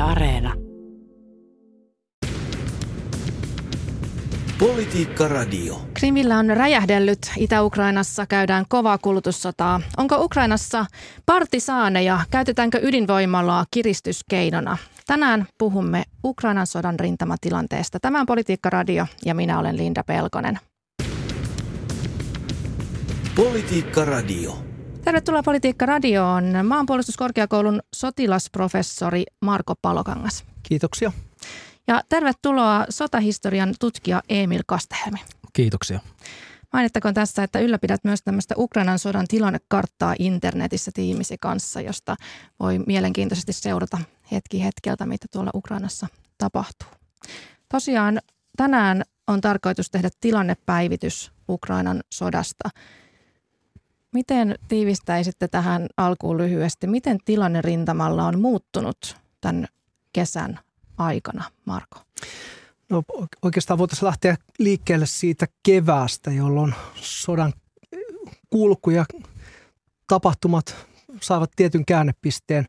Areena. Politiikka Radio. Krimillä on räjähdellyt. Itä-Ukrainassa käydään kovaa kulutussotaa. Onko Ukrainassa partisaaneja? Käytetäänkö ydinvoimalaa kiristyskeinona? Tänään puhumme Ukrainan sodan rintamatilanteesta. Tämä on Politiikka Radio ja minä olen Linda Pelkonen. Politiikka Radio. Tervetuloa Politiikka Radioon. Maanpuolustuskorkeakoulun sotilasprofessori Marko Palokangas. Kiitoksia. Ja tervetuloa sotahistorian tutkija Emil Kastehelmi. Kiitoksia. Mainittakoon tässä, että ylläpidät myös tämmöistä Ukrainan sodan tilannekarttaa internetissä tiimisi kanssa, josta voi mielenkiintoisesti seurata hetki hetkeltä, mitä tuolla Ukrainassa tapahtuu. Tosiaan tänään on tarkoitus tehdä tilannepäivitys Ukrainan sodasta. Miten tiivistäisitte tähän alkuun lyhyesti, miten tilanne rintamalla on muuttunut tämän kesän aikana, Marko? No oikeastaan voitaisiin lähteä liikkeelle siitä keväästä, jolloin sodan kulku ja tapahtumat saavat tietyn käännepisteen.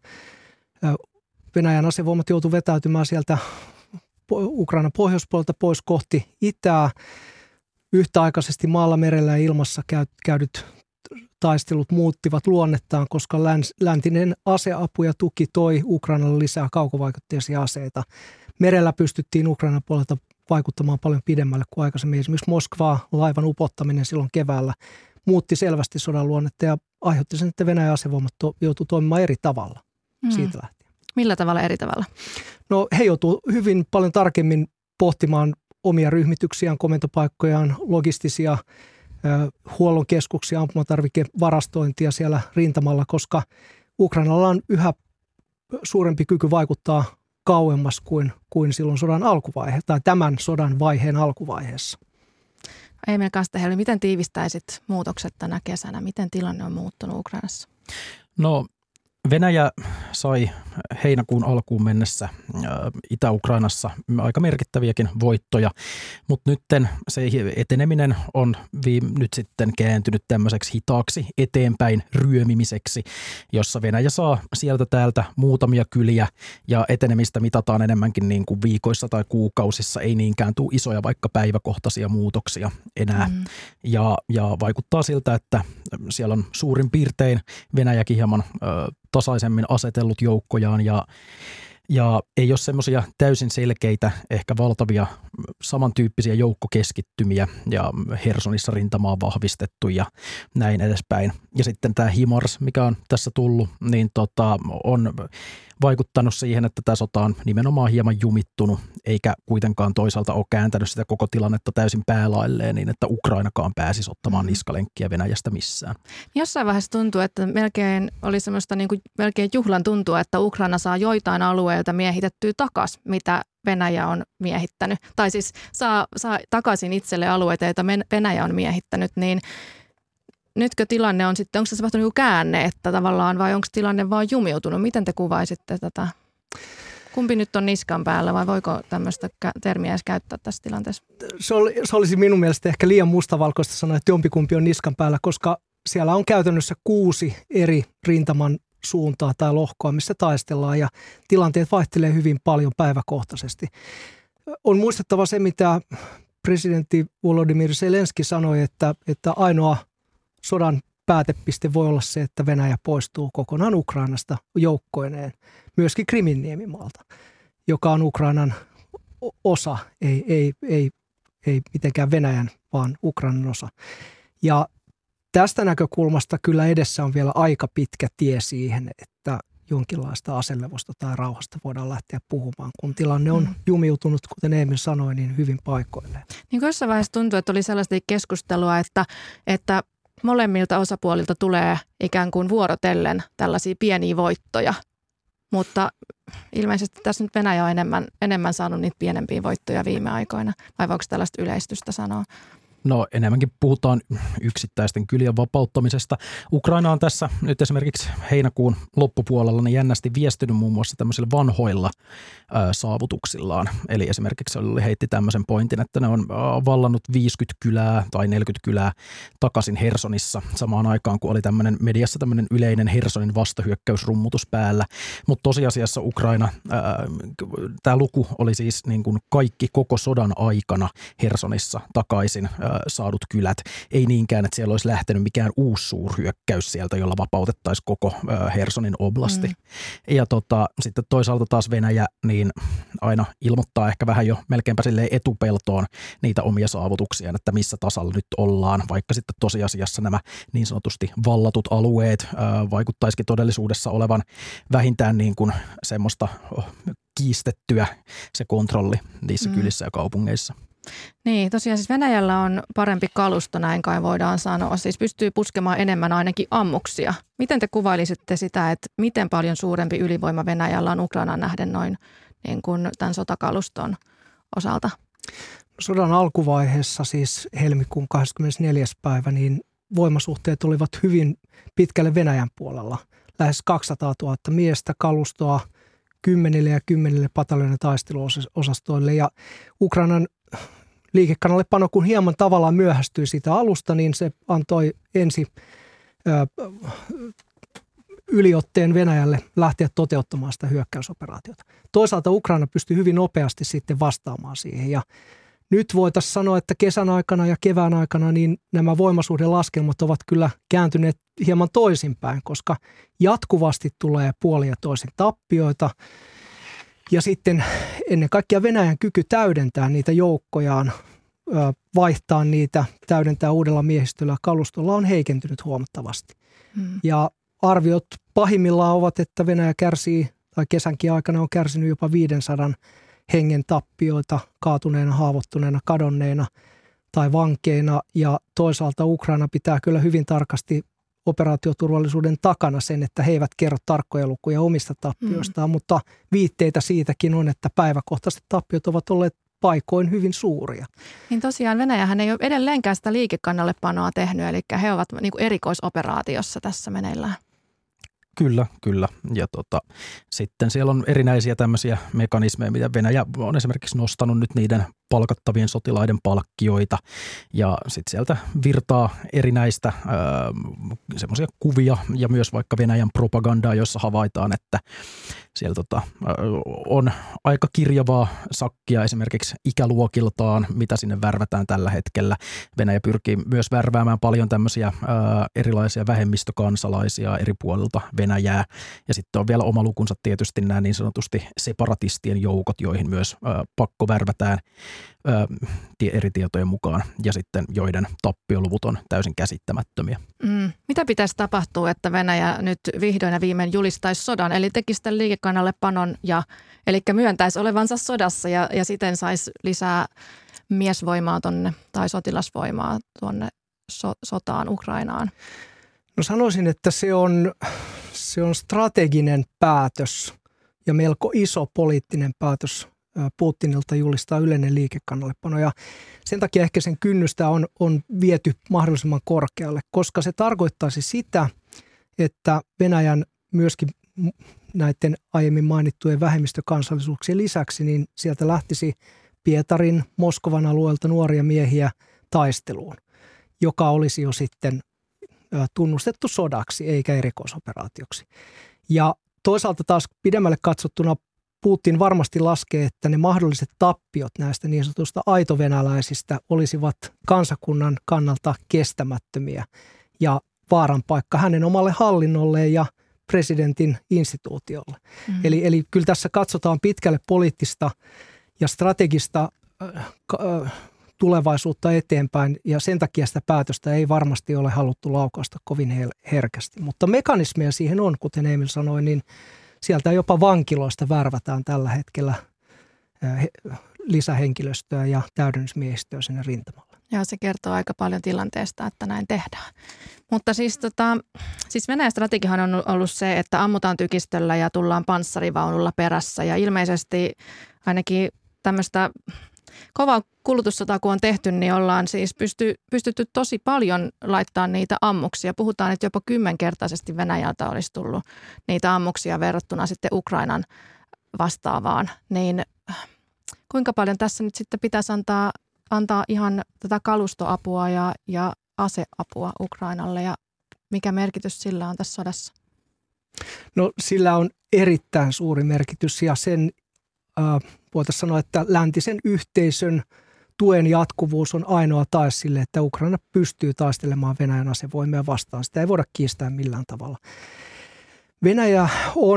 Venäjän asevoimat joutuivat vetäytymään sieltä Ukrainan pohjoispuolelta pois kohti itää. Yhtäaikaisesti maalla, merellä ja ilmassa käydyt taistelut muuttivat luonnettaan, koska läntinen aseapu ja tuki toi Ukrainalle lisää kaukovaikutteisia aseita. Merellä pystyttiin Ukrainan puolelta vaikuttamaan paljon pidemmälle kuin aikaisemmin. Esimerkiksi Moskvaa laivan upottaminen silloin keväällä muutti selvästi sodan luonnetta ja aiheutti sen, että Venäjän asevoimat joutuivat toimimaan eri tavalla siitä lähtien. Millä tavalla eri tavalla? No he joutuivat hyvin paljon tarkemmin pohtimaan omia ryhmityksiään, komentopaikkojaan, logistisia huollon keskuksia, ampumatarvikevarastointia siellä rintamalla, koska Ukrainalla on yhä suurempi kyky vaikuttaa kauemmas kuin silloin sodan alkuvaihe tai tämän sodan vaiheen alkuvaiheessa. Emil Kastehelmi, miten tiivistäisit muutokset tänä kesänä? Miten tilanne on muuttunut Ukrainassa? No Venäjä sai heinäkuun alkuun mennessä Itä-Ukrainassa aika merkittäviäkin voittoja, mutta nytten se eteneminen on nyt sitten kääntynyt tämmöiseksi hitaaksi eteenpäin ryömimiseksi, jossa Venäjä saa sieltä täältä muutamia kyliä ja etenemistä mitataan enemmänkin niin kuin viikoissa tai kuukausissa, ei niinkään tule isoja vaikka päiväkohtaisia muutoksia enää. Ja vaikuttaa siltä, että siellä on suurin piirtein Venäjäkin hieman tasaisemmin asetellut joukkojaan ja ei ole semmoisia täysin selkeitä, ehkä valtavia samantyyppisiä joukkokeskittymiä ja Hersonissa rintamaa on vahvistettu ja näin edespäin. Ja sitten tämä HIMARS, mikä on tässä tullut, niin on vaikuttanut siihen, että tämä sota on nimenomaan hieman jumittunut, eikä kuitenkaan toisaalta ole kääntänyt sitä koko tilannetta täysin päälailleen niin, että Ukrainakaan pääsisi ottamaan niskalenkkiä Venäjästä missään. Jossain vaiheessa tuntuu, että melkein oli semmoista niin kuin melkein juhlan tuntua, että Ukraina saa joitain alueilta miehitettyä takaisin, mitä Venäjä on miehittänyt. Tai siis saa takaisin itselle alueita, joita Venäjä on miehittänyt, niin nytkö tilanne on sitten, onko se tapahtunut joku käänne, että tavallaan, vai onko tilanne vaan jumiutunut? Miten te kuvaisitte tätä? Kumpi nyt on niskan päällä vai voiko tämmöistä termiä edes käyttää tässä tilanteessa? Se olisi minun mielestä ehkä liian mustavalkoista sanoa, että jompikumpi on niskan päällä, koska siellä on käytännössä 6 eri rintaman suuntaa tai lohkoa, missä taistellaan ja tilanteet vaihtelee hyvin paljon päiväkohtaisesti. On muistettava se, mitä presidentti Volodymyr Zelenski sanoi, että ainoa sodan päätepiste voi olla se, että Venäjä poistuu kokonaan Ukrainasta joukkoineen, myöskin Krimin niemimaalta, joka on Ukrainan osa, ei mitenkään Venäjän, vaan Ukrainan osa. Ja tästä näkökulmasta kyllä edessä on vielä aika pitkä tie siihen, että jonkinlaista aselevosta tai rauhasta voidaan lähteä puhumaan, kun tilanne on jumiutunut, kuten Emil sanoi, niin hyvin paikoilleen. Niin jossain vaiheessa tuntuu, että oli sellaista keskustelua, että molemmilta osapuolilta tulee ikään kuin vuorotellen tällaisia pieniä voittoja, mutta ilmeisesti tässä nyt Venäjä on enemmän saanut niitä pienempiä voittoja viime aikoina, vai voiko tällaista yleistystä sanoa? No enemmänkin puhutaan yksittäisten kylien vapauttamisesta. Ukraina on tässä nyt esimerkiksi heinäkuun loppupuolella niin jännästi viestinyt muun muassa tämmöisillä vanhoilla saavutuksillaan. Eli esimerkiksi oli heitti tämmöisen pointin, että ne on vallannut 50 kylää tai 40 kylää takaisin Hersonissa samaan aikaan, kun oli mediassa tämmöinen yleinen Hersonin vastahyökkäysrummutus päällä. Mutta tosiasiassa Ukraina, tämä luku oli siis niin kuin kaikki koko sodan aikana Hersonissa takaisin saadut kylät. Ei niinkään, että siellä olisi lähtenyt mikään uusi suurhyökkäys sieltä, jolla vapautettaisiin koko Hersonin oblasti. Ja sitten toisaalta taas Venäjä niin aina ilmoittaa ehkä vähän jo melkeinpä silleen etupeltoon niitä omia saavutuksia, että missä tasalla nyt ollaan, vaikka sitten tosiasiassa nämä niin sanotusti vallatut alueet vaikuttaisikin todellisuudessa olevan vähintään niin kuin semmoista kiistettyä se kontrolli niissä kylissä ja kaupungeissa. Niin, tosiaan siis Venäjällä on parempi kalusto, näin kai voidaan sanoa. Siis pystyy puskemaan enemmän ainakin ammuksia. Miten te kuvailisitte sitä, että miten paljon suurempi ylivoima Venäjällä on Ukrainaan nähden noin niin kuin tämän sotakaluston osalta? Sodan alkuvaiheessa, siis helmikuun 24. päivä, niin voimasuhteet olivat hyvin pitkälle Venäjän puolella. Lähes 200 000 miestä, kalustoa 10 ja 10 pataljonan taisteluosastoille. Ja Ukrainan liikekannallepano, kun hieman tavallaan myöhästyi siitä alusta, niin se antoi ensi yliotteen Venäjälle lähteä toteuttamaan sitä hyökkäysoperaatiota. Toisaalta Ukraina pystyi hyvin nopeasti sitten vastaamaan siihen. Ja nyt voitaisiin sanoa, että kesän aikana ja kevään aikana niin nämä voimasuhdelaskelmat ovat kyllä kääntyneet hieman toisinpäin, koska jatkuvasti tulee puolin ja toisin tappioita. Ja sitten ennen kaikkea Venäjän kyky täydentää niitä joukkojaan, vaihtaa niitä, täydentää uudella miehistöllä ja kalustolla on heikentynyt huomattavasti. Ja arviot pahimmillaan ovat, että Venäjä kärsii, tai kesänkin aikana on kärsinyt jopa 500 hengen tappioita kaatuneena, haavoittuneena, kadonneena tai vankeina. Ja toisaalta Ukraina pitää kyllä hyvin tarkasti operaatioturvallisuuden takana sen, että he eivät kerro tarkkoja lukuja omista tappioistaan, mutta viitteitä siitäkin on, että päiväkohtaiset tappiot ovat olleet paikoin hyvin suuria. Niin tosiaan Venäjähän ei ole edelleenkään sitä liikekannallepanoa tehnyt, eli he ovat niin kuin erikoisoperaatiossa tässä meneillään. Kyllä. Ja sitten siellä on erinäisiä tämmöisiä mekanismeja, mitä Venäjä on esimerkiksi nostanut nyt niiden palkattavien sotilaiden palkkioita. Ja sitten sieltä virtaa erinäistä semmoisia kuvia ja myös vaikka Venäjän propagandaa, jossa havaitaan, että siellä on aika kirjavaa sakkia esimerkiksi ikäluokiltaan, mitä sinne värvätään tällä hetkellä. Venäjä pyrkii myös värväämään paljon tämmöisiä erilaisia vähemmistökansalaisia eri puolilta Venäjää. Ja sitten on vielä oma lukunsa tietysti nämä niin sanotusti separatistien joukot, joihin myös pakko värvätään eri tietojen mukaan ja sitten joiden tappioluvut on täysin käsittämättömiä. Mitä pitäisi tapahtua, että Venäjä nyt vihdoin ja viimein julistaisi sodan, eli tekisi tämän liikekannallepanon eli myöntäisi olevansa sodassa ja siten saisi lisää miesvoimaa tai sotilasvoimaa tuonne sotaan Ukrainaan? No sanoisin, että se on strateginen päätös ja melko iso poliittinen päätös Putinilta julistaa yleinen liikekannallepano. Ja sen takia ehkä sen kynnystä on viety mahdollisimman korkealle, koska se tarkoittaisi sitä, että Venäjän myöskin näiden aiemmin mainittujen vähemmistökansallisuuksien lisäksi, niin sieltä lähtisi Pietarin, Moskovan alueelta nuoria miehiä taisteluun, joka olisi jo sitten tunnustettu sodaksi eikä erikoisoperaatioksi. Ja toisaalta taas pidemmälle katsottuna Putin varmasti laskee, että ne mahdolliset tappiot näistä niin sanotusta aitovenäläisistä olisivat kansakunnan kannalta kestämättömiä ja vaaran paikka hänen omalle hallinnolleen ja presidentin instituutiolle. Eli kyllä tässä katsotaan pitkälle poliittista ja strategista tulevaisuutta eteenpäin ja sen takia sitä päätöstä ei varmasti ole haluttu laukaista kovin herkästi. Mutta mekanismeja siihen on, kuten Emil sanoi, niin sieltä jopa vankiloista värvätään tällä hetkellä lisähenkilöstöä ja täydennysmiehistöä sinne rintamalle. Ja se kertoo aika paljon tilanteesta, että näin tehdään. Mutta siis Venäjän strategiahan on ollut se, että ammutaan tykistöllä ja tullaan panssarivaunulla perässä. Ja ilmeisesti ainakin tämmöistä kova kulutussota kun on tehty, niin ollaan siis pystytty tosi paljon laittamaan niitä ammuksia. Puhutaan, että jopa 10-kertaisesti Venäjältä olisi tullut niitä ammuksia verrattuna sitten Ukrainan vastaavaan. Niin kuinka paljon tässä nyt sitten pitäisi antaa ihan tätä kalustoapua ja aseapua Ukrainalle ja mikä merkitys sillä on tässä sodassa? No sillä on erittäin suuri merkitys ja sen voitaisiin sanoa, että läntisen yhteisön tuen jatkuvuus on ainoa tae sille, että Ukraina pystyy taistelemaan Venäjän asevoimia vastaan. Sitä ei voida kiistää millään tavalla. Venäjä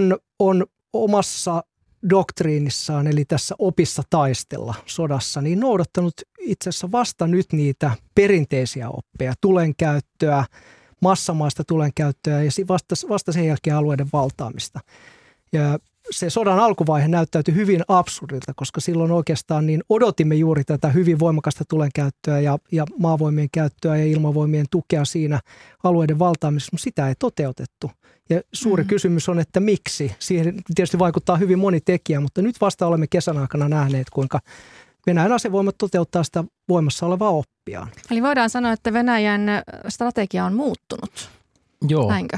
on omassa doktriinissaan, eli tässä opissa taistella sodassa, niin noudattanut itse asiassa vasta nyt niitä perinteisiä oppeja, tulenkäyttöä, massamaista tulenkäyttöä ja vasta sen jälkeen alueiden valtaamista. Ja se sodan alkuvaihe näyttäytyi hyvin absurdilta, koska silloin oikeastaan niin odotimme juuri tätä hyvin voimakasta tulenkäyttöä ja maavoimien käyttöä ja ilmavoimien tukea siinä alueiden valtaamisessa, mutta sitä ei toteutettu. Ja suuri kysymys on, että miksi? Siihen tietysti vaikuttaa hyvin moni tekijä, mutta nyt vasta olemme kesän aikana nähneet, kuinka Venäjän asevoimat toteuttaa sitä voimassa olevaa oppiaan. Eli voidaan sanoa, että Venäjän strategia on muuttunut. Joo. Näinkö?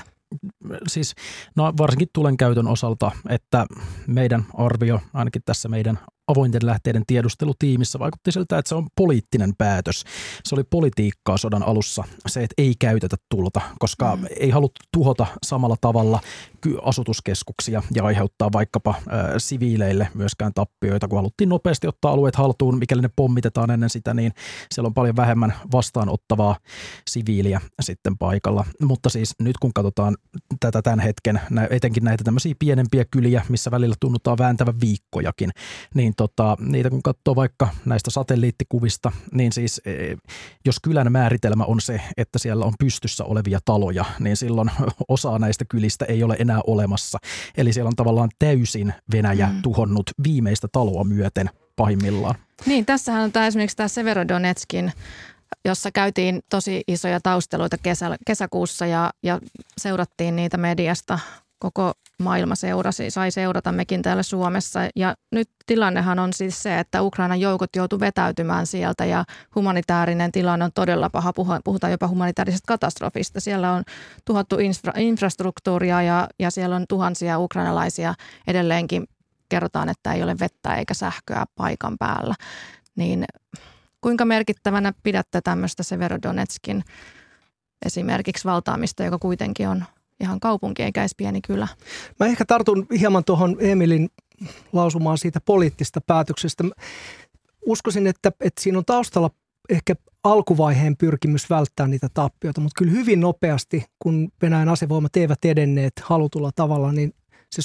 Siis varsinkin tulenkäytön osalta, että meidän arvio, ainakin tässä meidän avointen lähteiden tiedustelutiimissä vaikutti siltä, että se on poliittinen päätös. Se oli politiikkaa sodan alussa, se, että ei käytetä tulta, koska ei haluttu tuhota samalla tavalla asutuskeskuksia ja aiheuttaa vaikkapa siviileille myöskään tappioita, kun haluttiin nopeasti ottaa alueet haltuun, mikäli ne pommitetaan ennen sitä, niin siellä on paljon vähemmän vastaanottavaa siviiliä sitten paikalla. Mutta siis nyt kun katsotaan tätä tämän hetken, etenkin näitä tämmöisiä pienempiä kyliä, missä välillä tunnutaan vääntävän viikkojakin, niin niitä kun katsoo vaikka näistä satelliittikuvista, niin siis jos kylän määritelmä on se, että siellä on pystyssä olevia taloja, niin silloin osa näistä kylistä ei ole enää olemassa. Eli siellä on tavallaan täysin Venäjä tuhonnut viimeistä taloa myöten pahimmillaan. Niin, tässähän on esimerkiksi tämä Severodonetskin, jossa käytiin tosi isoja tausteluita kesäkuussa ja seurattiin niitä mediasta. Koko maailma sai seurata, mekin täällä Suomessa. Ja nyt tilannehan on siis se, että Ukrainan joukot joutu vetäytymään sieltä ja humanitaarinen tilanne on todella paha. Puhutaan jopa humanitaarisesta katastrofista. Siellä on tuhottu infrastruktuuria ja siellä on tuhansia ukrainalaisia edelleenkin. Kerrotaan, että ei ole vettä eikä sähköä paikan päällä. Niin kuinka merkittävänä pidätte tämmöistä Severodonetskin esimerkiksi valtaamista, joka kuitenkin on ihan kaupunki eikä edes pieni kylä? Mä ehkä tartun hieman tuohon Emilin lausumaan siitä poliittisesta päätöksestä. Uskoisin, että siinä on taustalla ehkä alkuvaiheen pyrkimys välttää niitä tappioita, mutta kyllä hyvin nopeasti, kun Venäjän asevoimat eivät edenneet halutulla tavalla, niin se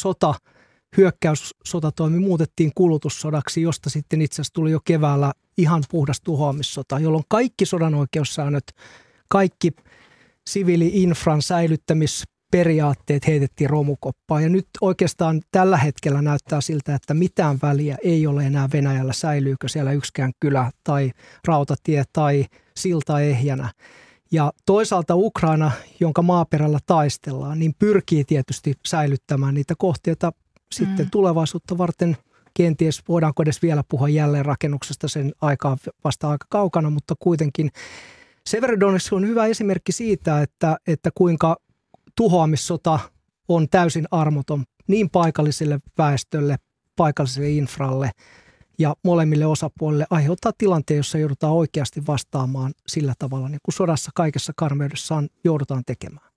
hyökkäyssotatoimi muutettiin kulutussodaksi, josta sitten itse asiassa tuli jo keväällä ihan puhdas tuhoamissota, jolloin kaikki sodan oikeussäännöt, kaikki siviili-infran säilyttämisperiaatteet heitettiin romukoppaan. Ja nyt oikeastaan tällä hetkellä näyttää siltä, että mitään väliä ei ole enää Venäjällä, säilyykö siellä yksikään kylä tai rautatie tai silta ehjänä. Ja toisaalta Ukraina, jonka maaperällä taistellaan, niin pyrkii tietysti säilyttämään niitä kohteita sitten tulevaisuutta varten. Kenties voidaanko edes vielä puhua jälleenrakennuksesta, sen aikaa vasta aika kaukana, mutta kuitenkin Severodonetsk on hyvä esimerkki siitä, että kuinka tuhoamissota on täysin armoton niin paikalliselle väestölle, paikalliselle infralle ja molemmille osapuolille, aiheuttaa tilanteen, jossa joudutaan oikeasti vastaamaan sillä tavalla, niin kuin sodassa kaikessa karmeudessaan joudutaan tekemään.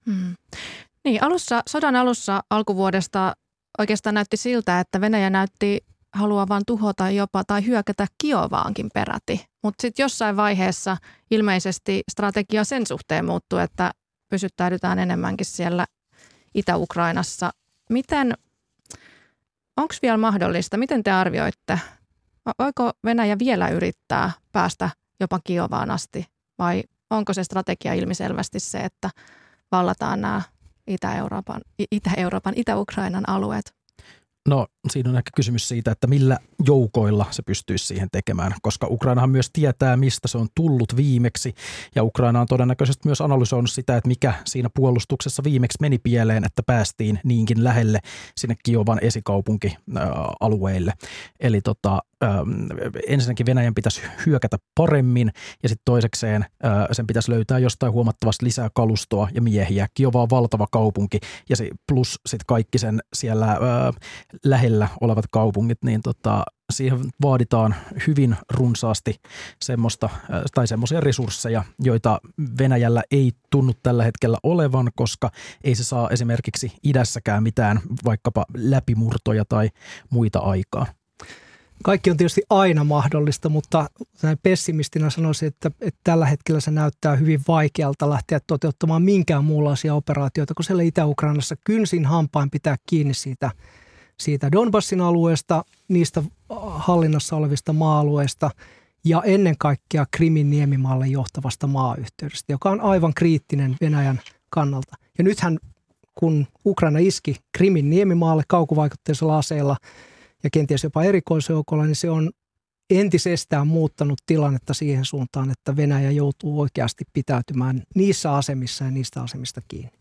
Niin, sodan alussa alkuvuodesta oikeastaan näytti siltä, että Venäjä näytti haluavan tuhota jopa tai hyökätä Kiovaankin peräti. Mutta sitten jossain vaiheessa ilmeisesti strategia sen suhteen muuttui, että pysyttäydytään enemmänkin siellä Itä-Ukrainassa. Onko vielä mahdollista, miten te arvioitte, voiko Venäjä vielä yrittää päästä jopa Kiovaan asti vai onko se strategia ilmiselvästi se, että vallataan nämä Itä-Euroopan, Itä-Ukrainan alueet? No siinä on ehkä kysymys siitä, että millä joukoilla se pystyisi siihen tekemään, koska Ukrainahan myös tietää, mistä se on tullut viimeksi ja Ukraina on todennäköisesti myös analysoinut sitä, että mikä siinä puolustuksessa viimeksi meni pieleen, että päästiin niinkin lähelle sinne Kiovan esikaupunkialueille. Eli ensinnäkin Venäjän pitäisi hyökätä paremmin ja sitten toisekseen sen pitäisi löytää jostain huomattavasti lisää kalustoa ja miehiä. Kiova on valtava kaupunki ja plus sitten kaikki sen siellä lähellä olevat kaupungit, niin siihen vaaditaan hyvin runsaasti semmoisia resursseja, joita Venäjällä ei tunnu tällä hetkellä olevan, koska ei se saa esimerkiksi idässäkään mitään vaikkapa läpimurtoja tai muita aikaan. Kaikki on tietysti aina mahdollista, mutta näin pessimistinä sanoisin, että tällä hetkellä se näyttää hyvin vaikealta lähteä toteuttamaan minkään muunlaisia operaatioita, kun siellä Itä-Ukrainassa kynsin hampain pitää kiinni siitä Donbassin alueesta, niistä hallinnassa olevista maa-alueista ja ennen kaikkea Krimin niemimaalle johtavasta maayhteydestä, joka on aivan kriittinen Venäjän kannalta. Ja nythän, kun Ukraina iski Krimin niemimaalle kaukovaikutteisella aseella ja kenties jopa erikoisjoukolla, niin se on entisestään muuttanut tilannetta siihen suuntaan, että Venäjä joutuu oikeasti pitäytymään niissä asemissa ja niistä asemista kiinni.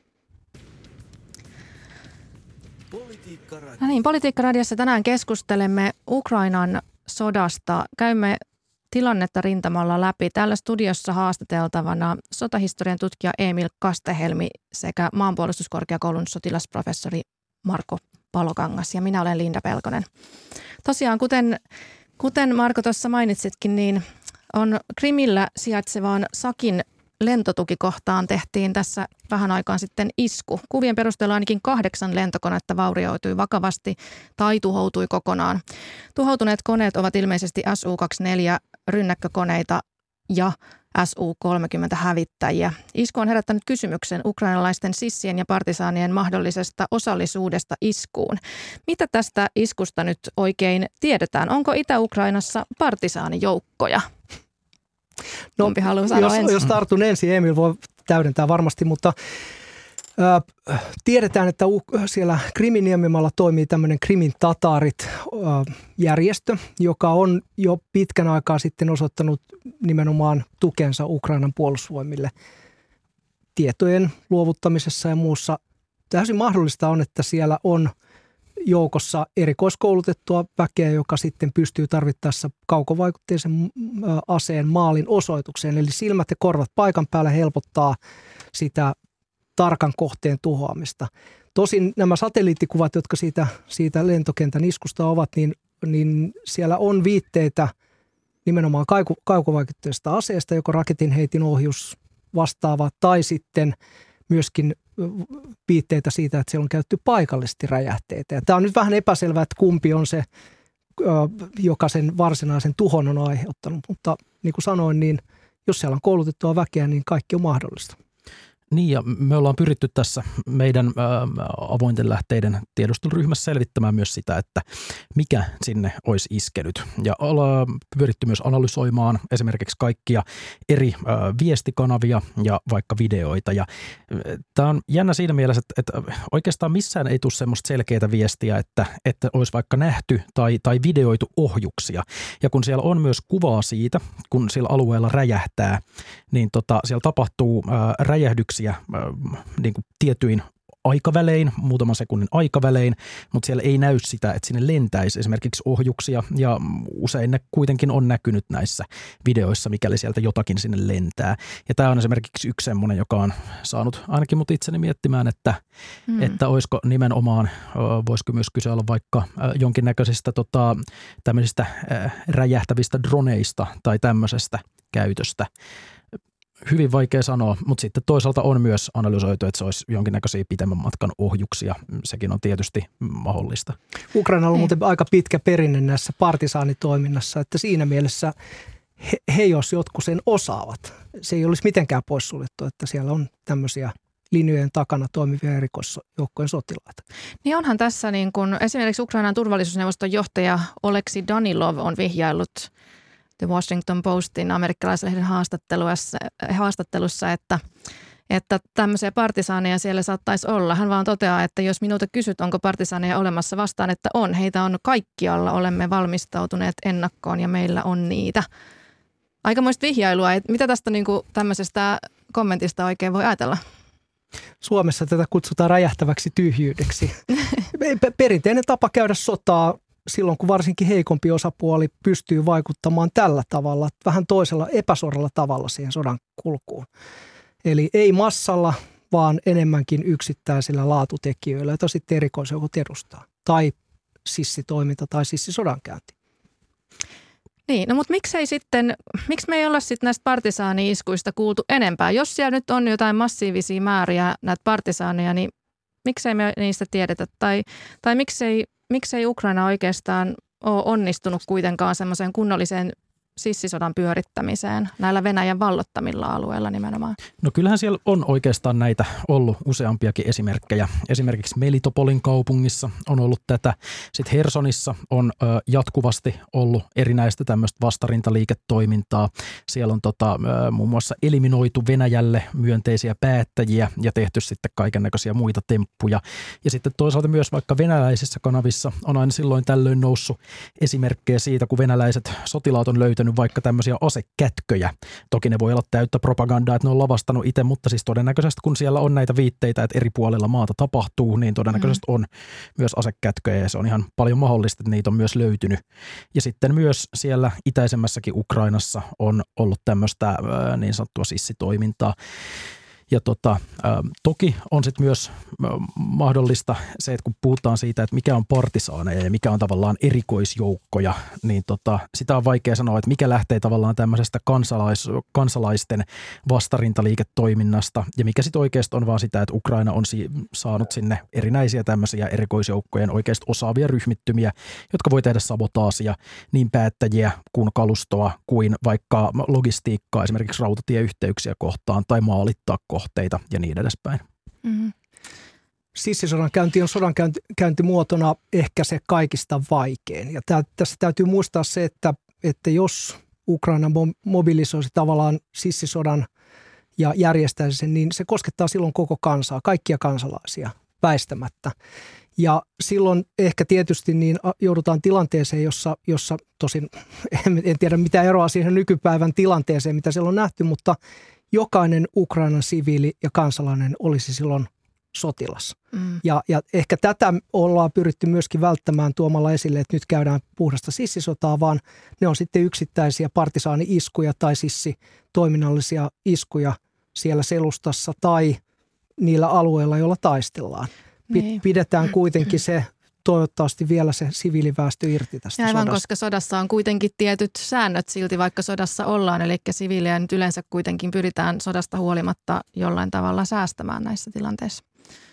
No niin, Politiikka-radiossa tänään keskustelemme Ukrainan sodasta. Käymme tilannetta rintamalla läpi. Täällä studiossa haastateltavana sotahistorian tutkija Emil Kastehelmi sekä maanpuolustuskorkeakoulun sotilasprofessori Marko Palokangas ja minä olen Linda Pelkonen. Tosiaan, kuten Marko tuossa mainitsitkin, niin on Krimillä sijaitsevaan Sakin lentotukikohtaan tehtiin tässä vähän aikaan sitten isku. Kuvien perusteella ainakin 8 lentokonetta vaurioitui vakavasti tai tuhoutui kokonaan. Tuhoutuneet koneet ovat ilmeisesti Su-24 rynnäkkökoneita ja Su-30 hävittäjiä. Isku on herättänyt kysymyksen ukrainalaisten sissien ja partisaanien mahdollisesta osallisuudesta iskuun. Mitä tästä iskusta nyt oikein tiedetään? Onko Itä-Ukrainassa partisaanijoukkoja? No, jos tartun ensin, Emil voi täydentää varmasti, mutta tiedetään, että siellä Krimin niemimaalla toimii tämmöinen Krimin Tatarit-järjestö, joka on jo pitkän aikaa sitten osoittanut nimenomaan tukensa Ukrainan puolustusvoimille tietojen luovuttamisessa ja muussa. Täysin mahdollista on, että siellä on joukossa erikoiskoulutettua väkeä, joka sitten pystyy tarvittaessa kaukovaikutteisen aseen maalin osoitukseen. Eli silmät ja korvat paikan päällä helpottaa sitä tarkan kohteen tuhoamista. Tosin nämä satelliittikuvat, jotka siitä lentokentän iskusta ovat, niin siellä on viitteitä nimenomaan kaukovaikutteisesta aseesta, joko raketinheitin ohjus vastaava tai sitten myöskin viitteitä siitä, että siellä on käytetty paikallisesti räjähteitä. Ja tämä on nyt vähän epäselvää, että kumpi on se, joka sen varsinaisen tuhon on aiheuttanut. Mutta niin kuin sanoin, niin jos siellä on koulutettua väkeä, niin kaikki on mahdollista. Niin ja me ollaan pyritty tässä meidän avointen lähteiden tiedusteluryhmässä selvittämään myös sitä, että mikä sinne olisi iskenyt. Ja ollaan pyritty myös analysoimaan esimerkiksi kaikkia eri viestikanavia ja vaikka videoita. Ja tämä on jännä siinä mielessä, että oikeastaan missään ei tule semmoista selkeää viestiä, että olisi vaikka nähty tai videoitu ohjuksia. Ja kun siellä on myös kuvaa siitä, kun sillä alueella räjähtää, niin siellä tapahtuu räjähdyksiä niin kuin tietyin aikavälein, muutaman sekunnin aikavälein, mutta siellä ei näy sitä, että sinne lentäisi esimerkiksi ohjuksia ja usein ne kuitenkin on näkynyt näissä videoissa, mikäli sieltä jotakin sinne lentää. Ja tämä on esimerkiksi yksi semmoinen, joka on saanut ainakin mut itseni miettimään, että olisiko nimenomaan, voisiko myös kyse olla vaikka jonkinnäköisistä tämmöisistä räjähtävistä droneista tai tämmöisestä käytöstä. Hyvin vaikea sanoa, mutta sitten toisaalta on myös analysoitu, että se olisi jonkinnäköisiä pitemmän matkan ohjuksia. Sekin on tietysti mahdollista. Ukrainalla on muuten aika pitkä perinne näissä partisaanitoiminnassa, että siinä mielessä he jos jotkut sen osaavat. Se ei olisi mitenkään poissuljettu, että siellä on tämmöisiä linjojen takana toimivia erikoisjoukkojen sotilaita. Niin onhan tässä niin kuin esimerkiksi Ukrainan turvallisuusneuvoston johtaja Oleksi Danilov on vihjaillut The Washington Postin amerikkalaisen lehden haastattelussa, että tämmöisiä partisaaneja siellä saattaisi olla. Hän vaan toteaa, että jos minulta kysyt, onko partisaaneja olemassa, vastaan, että on. Heitä on kaikkialla, olemme valmistautuneet ennakkoon ja meillä on niitä. Aikamoista vihjailua, että mitä tästä niin kuin tämmöisestä kommentista oikein voi ajatella? Suomessa tätä kutsutaan räjähtäväksi tyhjyydeksi. Perinteinen tapa käydä sotaa silloin, kun varsinkin heikompi osapuoli pystyy vaikuttamaan tällä tavalla, vähän toisella epäsuoralla tavalla siihen sodan kulkuun. Eli ei massalla, vaan enemmänkin yksittäisillä laatutekijöillä, joita sitten erikoisjoukot edustaa. Tai sissitoiminta tai sissisodankäynti. Niin, no mutta miksi me ei olla sitten näistä partisaani-iskuista kuultu enempää? Jos siellä nyt on jotain massiivisia määriä näitä partisaaneja, niin miksei me niistä tiedetä? Tai miksei Ukraina oikeastaan ole onnistunut kuitenkaan semmoiseen kunnolliseen sissisodan pyörittämiseen näillä Venäjän vallottamilla alueilla nimenomaan? No kyllähän siellä on oikeastaan näitä ollut useampiakin esimerkkejä. Esimerkiksi Melitopolin kaupungissa on ollut tätä. Sitten Hersonissa on jatkuvasti ollut erinäistä tämmöistä vastarintaliiketoimintaa. Siellä on muun muassa eliminoitu Venäjälle myönteisiä päättäjiä ja tehty sitten kaikennäköisiä muita temppuja. Ja sitten toisaalta myös vaikka venäläisissä kanavissa on aina silloin tällöin noussut esimerkkejä siitä, kun venäläiset sotilaat on löytänyt vaikka tämmöisiä asekätköjä. Toki ne voi olla täyttä propagandaa, että ne on lavastanut itse, mutta siis todennäköisesti kun siellä on näitä viitteitä, että eri puolilla maata tapahtuu, niin todennäköisesti on myös asekätköjä ja se on ihan paljon mahdollista, että niitä on myös löytynyt. Ja sitten myös siellä itäisemmässäkin Ukrainassa on ollut tämmöistä niin sanottua sissitoimintaa. Ja toki on sitten myös mahdollista se, että kun puhutaan siitä, että mikä on partisaaneja ja mikä on tavallaan erikoisjoukkoja, niin sitä on vaikea sanoa, että mikä lähtee tavallaan tämmöisestä kansalaisten vastarintaliiketoiminnasta ja mikä sitten oikeasti on vaan sitä, että Ukraina on saanut sinne erinäisiä tämmöisiä erikoisjoukkojen oikeasti osaavia ryhmittymiä, jotka voi tehdä sabotaasia niin päättäjiä kuin kalustoa kuin vaikka logistiikkaa, esimerkiksi rautatieyhteyksiä kohtaan tai maalittaa kohteita ja niin edespäin. Mm-hmm. Sissisodankäynti on sodankäyntimuotona ehkä se kaikista vaikein. Ja tässä täytyy muistaa se, että jos Ukraina mobilisoisi tavallaan sissisodan ja järjestäisi sen, niin se koskettaa silloin koko kansaa, kaikkia kansalaisia väistämättä. Ja silloin ehkä tietysti niin joudutaan tilanteeseen, jossa tosin en tiedä mitä eroa siihen nykypäivän tilanteeseen, mitä siellä on nähty, mutta jokainen Ukrainan siviili ja kansalainen olisi silloin sotilas. Ja ehkä tätä ollaan pyritty myöskin välttämään tuomalla esille, että nyt käydään puhdasta sissisotaa, vaan ne on sitten yksittäisiä partisaani-iskuja tai sissitoiminnallisia iskuja siellä selustassa tai niillä alueilla, joilla taistellaan. Pidetään kuitenkin se toivottavasti vielä se siviiliväestö irti tästä aivan, sodasta. koska sodassa on kuitenkin tietyt säännöt silti, vaikka sodassa ollaan. Eli siviilejä nyt yleensä kuitenkin pyritään sodasta huolimatta jollain tavalla säästämään näissä tilanteissa.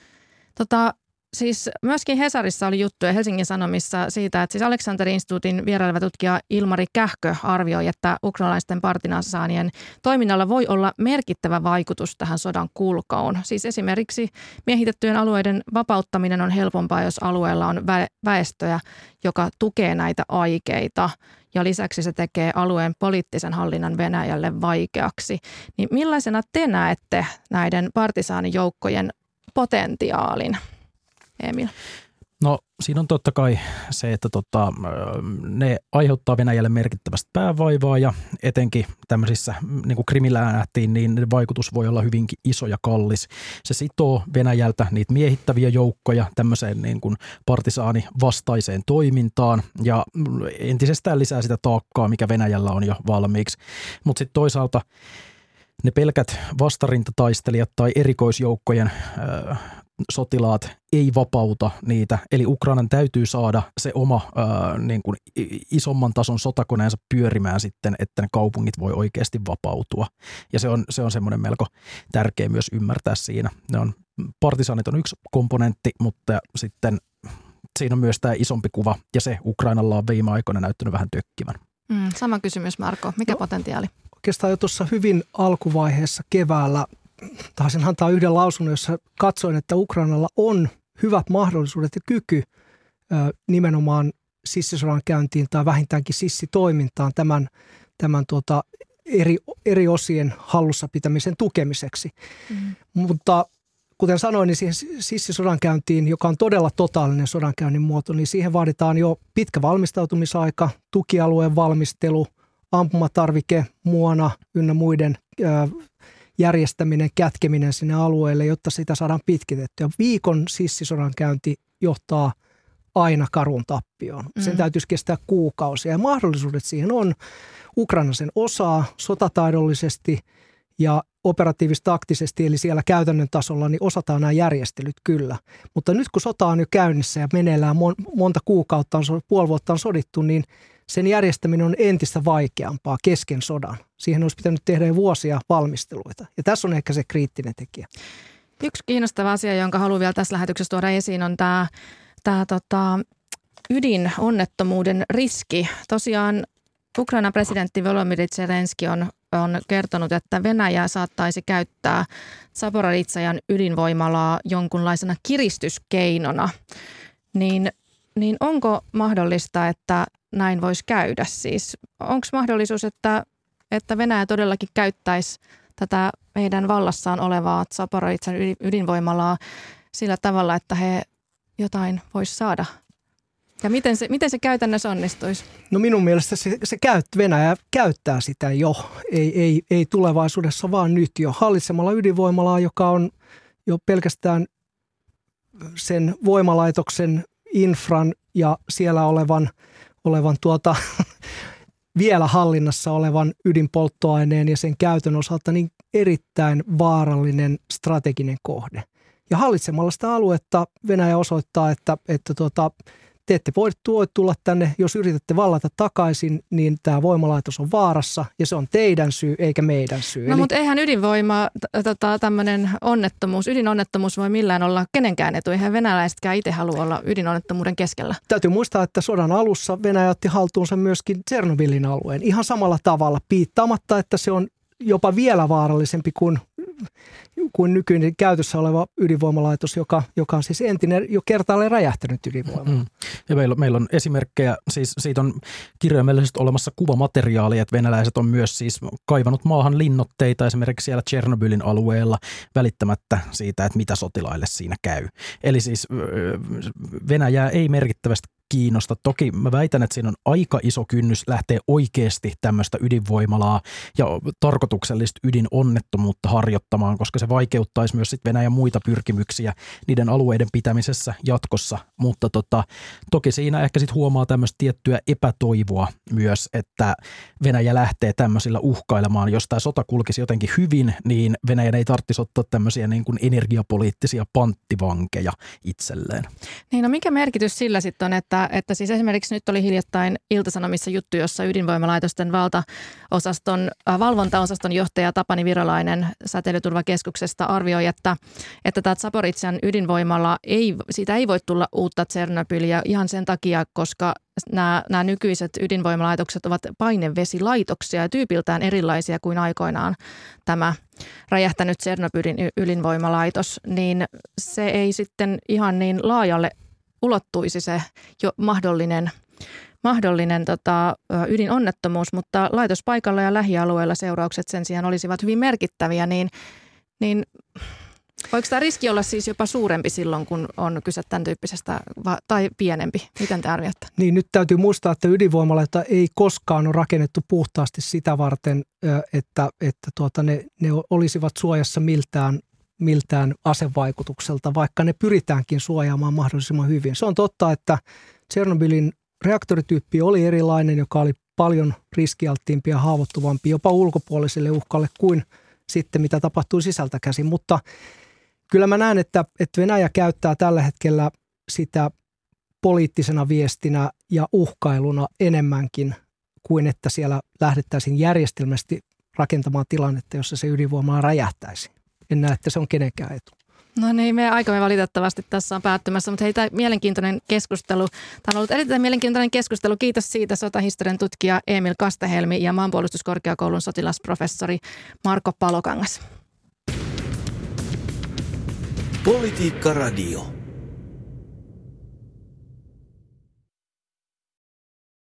Siis myöskin Hesarissa oli juttuja Helsingin Sanomissa siitä, että siis Alexander-instituutin vieraileva tutkija Ilmari Kähkö arvioi, että ukrainalaisten partisaanien toiminnalla voi olla merkittävä vaikutus tähän sodan kulkuun. Siis esimerkiksi miehitettyjen alueiden vapauttaminen on helpompaa, jos alueella on väestöä, joka tukee näitä aikeita. Ja lisäksi se tekee alueen poliittisen hallinnan Venäjälle vaikeaksi. Niin millaisena te näette näiden partisaanijoukkojen potentiaalin? Emil. No siinä on totta kai se, että ne aiheuttaa Venäjälle merkittävästi päävaivaa ja etenkin tämmöisissä, niin kuin Krimillä nähtiin, niin vaikutus voi olla hyvinkin iso ja kallis. Se sitoo Venäjältä niitä miehittäviä joukkoja tämmöiseen niin kuin partisaani vastaiseen toimintaan ja entisestään lisää sitä taakkaa, mikä Venäjällä on jo valmiiksi. Mutta sitten toisaalta ne pelkät vastarintataistelijat tai erikoisjoukkojen sotilaat ei vapauta niitä, eli Ukrainan täytyy saada se oma niin kuin isomman tason sotakoneensa pyörimään sitten, että ne kaupungit voi oikeasti vapautua. Ja se on semmoinen melko tärkeä myös ymmärtää siinä. Partisaanit on yksi komponentti, mutta sitten siinä on myös tämä isompi kuva, ja se Ukrainalla on viime aikoina näyttänyt vähän tökkivän. Sama kysymys, Marko. Mikä potentiaali? Oikeastaan jo tuossa hyvin alkuvaiheessa keväällä taisin antaa yhden lausunnon, jossa katsoin, että Ukrainalla on hyvät mahdollisuudet ja kyky nimenomaan sissisodan käyntiin tai vähintäänkin sissitoimintaan tämän eri osien hallussa pitämisen tukemiseksi. Mutta kuten sanoin, niin siihen sissisodankäyntiin, joka on todella totaalinen sodankäynnin muoto, niin siihen vaaditaan jo pitkä valmistautumisaika, tukialueen valmistelu, ampumatarvike, muona ynnä muiden järjestäminen, kätkeminen sinne alueelle, jotta sitä saadaan pitkitettyä. Viikon sissisodankäynti johtaa aina karun tappioon. Sen täytyisi kestää kuukausia ja mahdollisuudet siihen on. Ukraina sen osaa sotataidollisesti ja operatiivis-taktisesti, eli siellä käytännön tasolla, niin osataan nämä järjestelyt kyllä. Mutta nyt kun sota on jo käynnissä ja meneillään monta kuukautta, puoli vuotta on sodittu, niin sen järjestäminen on entistä vaikeampaa kesken sodan. Siihen olisi pitänyt tehdä jo vuosia valmisteluita. Ja tässä on ehkä se kriittinen tekijä. Yksi kiinnostava asia, jonka haluan vielä tässä lähetyksessä tuoda esiin, on tämä ydinonnettomuuden riski. Tosiaan Ukrainan presidentti Volodymyr Zelenski on kertonut, että Venäjä saattaisi käyttää Zaporizhzhjan ydinvoimalaa jonkunlaisena kiristyskeinona. Niin onko mahdollista, että näin voisi käydä? Siis onko mahdollisuus, että Venäjä todellakin käyttäisi tätä meidän vallassaan olevaa Zaporizhzhjan ydinvoimalaa sillä tavalla, että he jotain voisi saada? Ja miten se käytännössä onnistuisi? No minun mielestä Venäjä käyttää sitä jo, ei tulevaisuudessa vaan nyt jo. Hallitsemalla ydinvoimalaa, joka on jo pelkästään sen voimalaitoksen infran ja siellä olevan vielä hallinnassa olevan ydinpolttoaineen ja sen käytön osalta niin erittäin vaarallinen strateginen kohde. Ja hallitsemalla sitä aluetta Venäjä osoittaa, että te ette voi tulla tänne, jos yritätte vallata takaisin, niin tämä voimalaitos on vaarassa ja se on teidän syy eikä meidän syy. No mutta eihän ydinvoima, tämmöinen ydinonnettomuus voi millään olla kenenkään etu. Eihän venäläisetkään itse halua olla ydinonnettomuuden keskellä. Täytyy muistaa, että sodan alussa Venäjä otti haltuunsa myöskin Tšernobylin alueen ihan samalla tavalla, piittaamatta, että se on jopa vielä vaarallisempi kuin nykyinen käytössä oleva ydinvoimalaitos, joka on siis entinen jo kertaalleen räjähtänyt ydinvoima. Ja meillä on esimerkkejä, siis siitä on kirjaimellisesti olemassa kuvamateriaalia, että venäläiset on myös siis kaivanut maahan linnotteita esimerkiksi siellä Tšernobylin alueella välittämättä siitä, että mitä sotilaille siinä käy. Eli siis Venäjää ei merkittävästi kiinnosta. Toki mä väitän, että siinä on aika iso kynnys lähteä oikeasti tämmöistä ydinvoimalaa ja tarkoituksellista ydinonnettomuutta harjoittamaan, koska se vaikeuttaisi myös sit Venäjän muita pyrkimyksiä niiden alueiden pitämisessä jatkossa. Mutta toki siinä ehkä sit huomaa tämmöistä tiettyä epätoivoa myös, että Venäjä lähtee tämmöisillä uhkailemaan. Jos tämä sota kulkisi jotenkin hyvin, niin Venäjän ei tarvitsisi ottaa tämmöisiä niin kuin energiapoliittisia panttivankeja itselleen. Niin, no mikä merkitys sillä sitten on, että siis esimerkiksi nyt oli hiljattain Ilta-Sanomissa juttu, jossa ydinvoimalaitosten valvontaosaston johtaja Tapani Virolainen Säteilyturvakeskuksesta arvioi, että tämä Zaporizhzhjan ydinvoimala siitä ei voi tulla uutta Tšernobyliä ihan sen takia, koska nämä nykyiset ydinvoimalaitokset ovat painevesilaitoksia ja tyypiltään erilaisia kuin aikoinaan tämä räjähtänyt Tšernobylin ydinvoimalaitos, niin se ei sitten ihan niin laajalle ulottuisi se jo mahdollinen ydinonnettomuus, mutta laitospaikalla ja lähialueella seuraukset sen sijaan olisivat hyvin merkittäviä, niin voiko tämä riski olla siis jopa suurempi silloin, kun on kyse tämän tyyppisestä tai pienempi? Miten te arvioitte? Niin, nyt täytyy muistaa, että ydinvoimaloita ei koskaan ole rakennettu puhtaasti sitä varten, että ne olisivat suojassa miltään asevaikutukselta, vaikka ne pyritäänkin suojaamaan mahdollisimman hyvin. Se on totta, että Tšernobylin reaktorityyppi oli erilainen, joka oli paljon riskialttiimpi ja haavoittuvampi jopa ulkopuoliselle uhkalle kuin sitten mitä tapahtui sisältä käsin. Mutta kyllä mä näen, että Venäjä käyttää tällä hetkellä sitä poliittisena viestinä ja uhkailuna enemmänkin kuin että siellä lähdettäisiin järjestelmästi rakentamaan tilannetta, jossa se ydinvoimala räjähtäisi. En näe, että se on kenenkään etu. No niin, meidän aikamme valitettavasti tässä on päättymässä, mutta hei, tämä mielenkiintoinen keskustelu. Tämä on ollut erittäin mielenkiintoinen keskustelu. Kiitos siitä sotahistorian tutkija Emil Kastehelmi ja Maanpuolustuskorkeakoulun sotilasprofessori Marko Palokangas. Politiikka Radio.